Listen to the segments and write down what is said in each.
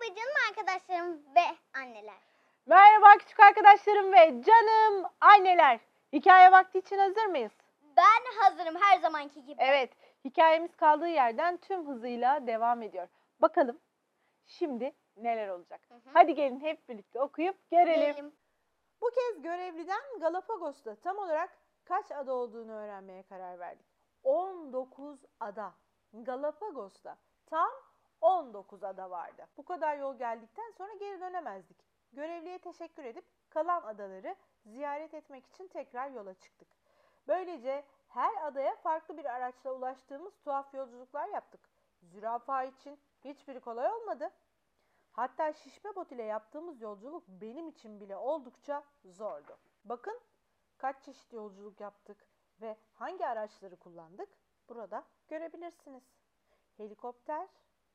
Merhaba canım arkadaşlarım ve anneler. Merhaba küçük arkadaşlarım ve canım anneler. Hikaye vakti için hazır mıyız? Ben hazırım her zamanki gibi. Evet, hikayemiz kaldığı yerden tüm hızıyla devam ediyor. Bakalım şimdi neler olacak? Hadi gelin hep birlikte okuyup görelim. Bu kez görevliden Galapagos'ta tam olarak kaç ada olduğunu öğrenmeye karar verdik. 19 ada. Galapagos'ta tam 19 ada vardı. Bu kadar yol geldikten sonra geri dönemezdik. Görevliye teşekkür edip kalan adaları ziyaret etmek için tekrar yola çıktık. Böylece her adaya farklı bir araçla ulaştığımız tuhaf yolculuklar yaptık. Zürafa için hiçbiri kolay olmadı. Hatta şişme bot ile yaptığımız yolculuk benim için bile oldukça zordu. Bakın kaç çeşit yolculuk yaptık ve hangi araçları kullandık burada görebilirsiniz. Helikopter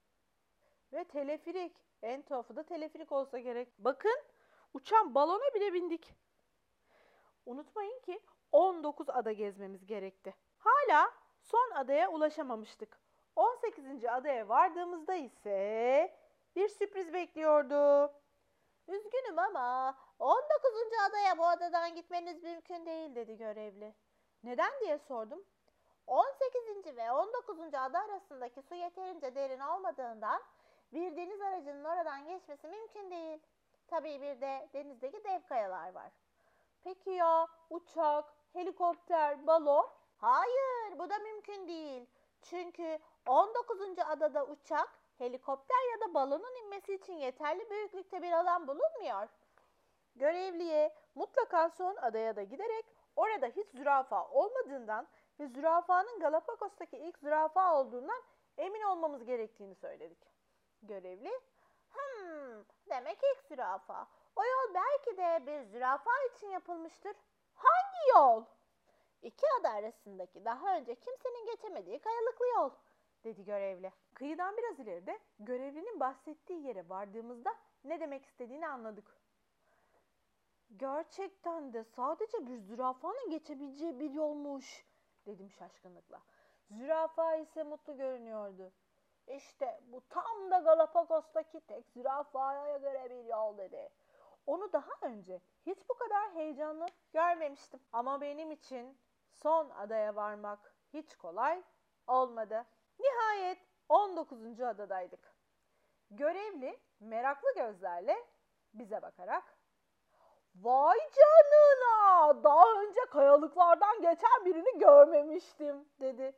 ve teleferik. En tuhafı da teleferik olsa gerek. Bakın uçan balona bile bindik. Unutmayın ki 19 ada gezmemiz gerekti. Hala son adaya ulaşamamıştık. 18. adaya vardığımızda ise bir sürpriz bekliyordu. Üzgünüm ama 19. adaya bu adadan gitmeniz mümkün değil dedi görevli. Neden diye sordum. 18. ve 19. ada arasındaki su yeterince derin olmadığından bir deniz aracının oradan geçmesi mümkün değil. Tabii bir de denizdeki dev kayalar var. Peki ya uçak, helikopter, balon? Hayır, bu da mümkün değil. Çünkü 19. adada uçak, helikopter ya da balonun inmesi için yeterli büyüklükte bir alan bulunmuyor. Görevliye mutlaka son adaya da giderek orada hiç zürafa olmadığından ve zürafanın Galapagos'taki ilk zürafa olduğundan emin olmamız gerektiğini söyledik. Görevli, demek ilk zürafa. O yol belki de bir zürafa için yapılmıştır. Hangi yol? İki ada arasındaki daha önce kimsenin geçemediği kayalıklı yol, dedi görevli. Kıyıdan biraz ileride görevlinin bahsettiği yere vardığımızda ne demek istediğini anladık. Gerçekten de sadece bir zürafanın geçebileceği bir yolmuş, dedim şaşkınlıkla. Zürafa ise mutlu görünüyordu. İşte bu tam da Galapagos'taki tek zürafaya göre bir yol dedi. Onu daha önce hiç bu kadar heyecanlı görmemiştim. Ama benim için son adaya varmak hiç kolay olmadı. Nihayet 19. adadaydık. Görevli meraklı gözlerle bize bakarak "Vay canına! Daha önce kayalıklardan geçen birini görmemiştim." dedi.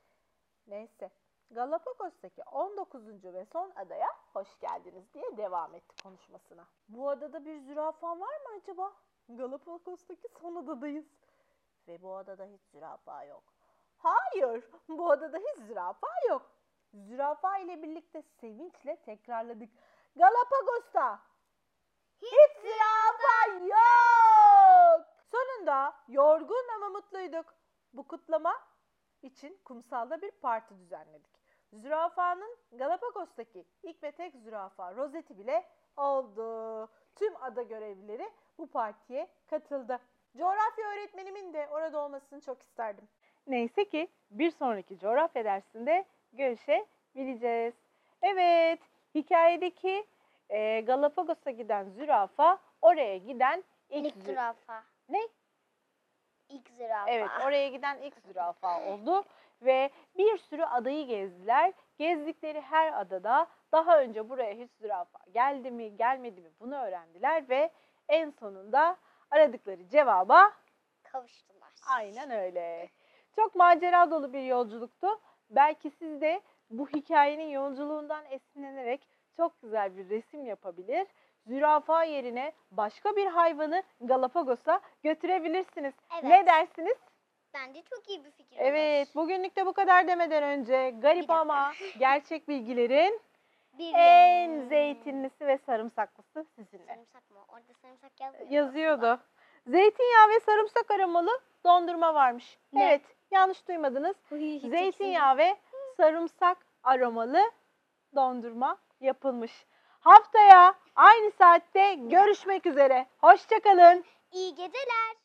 Neyse, Galapagos'taki 19. ve son adaya hoş geldiniz diye devam etti konuşmasına. Bu adada bir zürafa var mı acaba? Galapagos'taki son adadayız. Ve bu adada hiç zürafa yok. Hayır, bu adada hiç zürafa yok. Zürafa ile birlikte sevinçle tekrarladık. Galapagos'ta hiç zürafa yok. Sonunda yorgun ama mutluyduk. Bu kutlama için kumsalda bir parti düzenledik. Zürafanın Galapagos'taki ilk ve tek zürafa rozeti bile oldu. Tüm ada görevlileri bu partiye katıldı. Coğrafya öğretmenimin de orada olmasını çok isterdim. Neyse ki bir sonraki coğrafya dersinde görüşebileceğiz. Evet, hikayedeki Galapagos'a giden zürafa oraya giden ilk zürafa. Ne? İlk zürafa. Evet, oraya giden ilk zürafa oldu ve bir sürü adayı gezdiler. Gezdikleri her adada daha önce buraya hiç zürafa geldi mi, gelmedi mi bunu öğrendiler ve en sonunda aradıkları cevaba kavuştular. Aynen öyle. Çok macera dolu bir yolculuktu. Belki siz de bu hikayenin yolculuğundan esinlenerek çok güzel bir resim yapabilir. Zürafa yerine başka bir hayvanı Galapagos'a götürebilirsiniz. Evet. Ne dersiniz? Bence çok iyi bir fikir Evet, olur. bugünlük de bu kadar demeden önce garip ama gerçek bilgilerin Bir en zeytinlisi ve sarımsaklısı sizinle. Sarımsak mı? Orada sarımsak yazmıyor. Yazıyordu. Zeytinyağı ve sarımsak aromalı dondurma varmış. Ne? Evet, yanlış duymadınız. Zeytinyağı ve sarımsak aromalı dondurma yapılmış. Haftaya aynı saatte görüşmek üzere. Hoşça kalın. İyi geceler.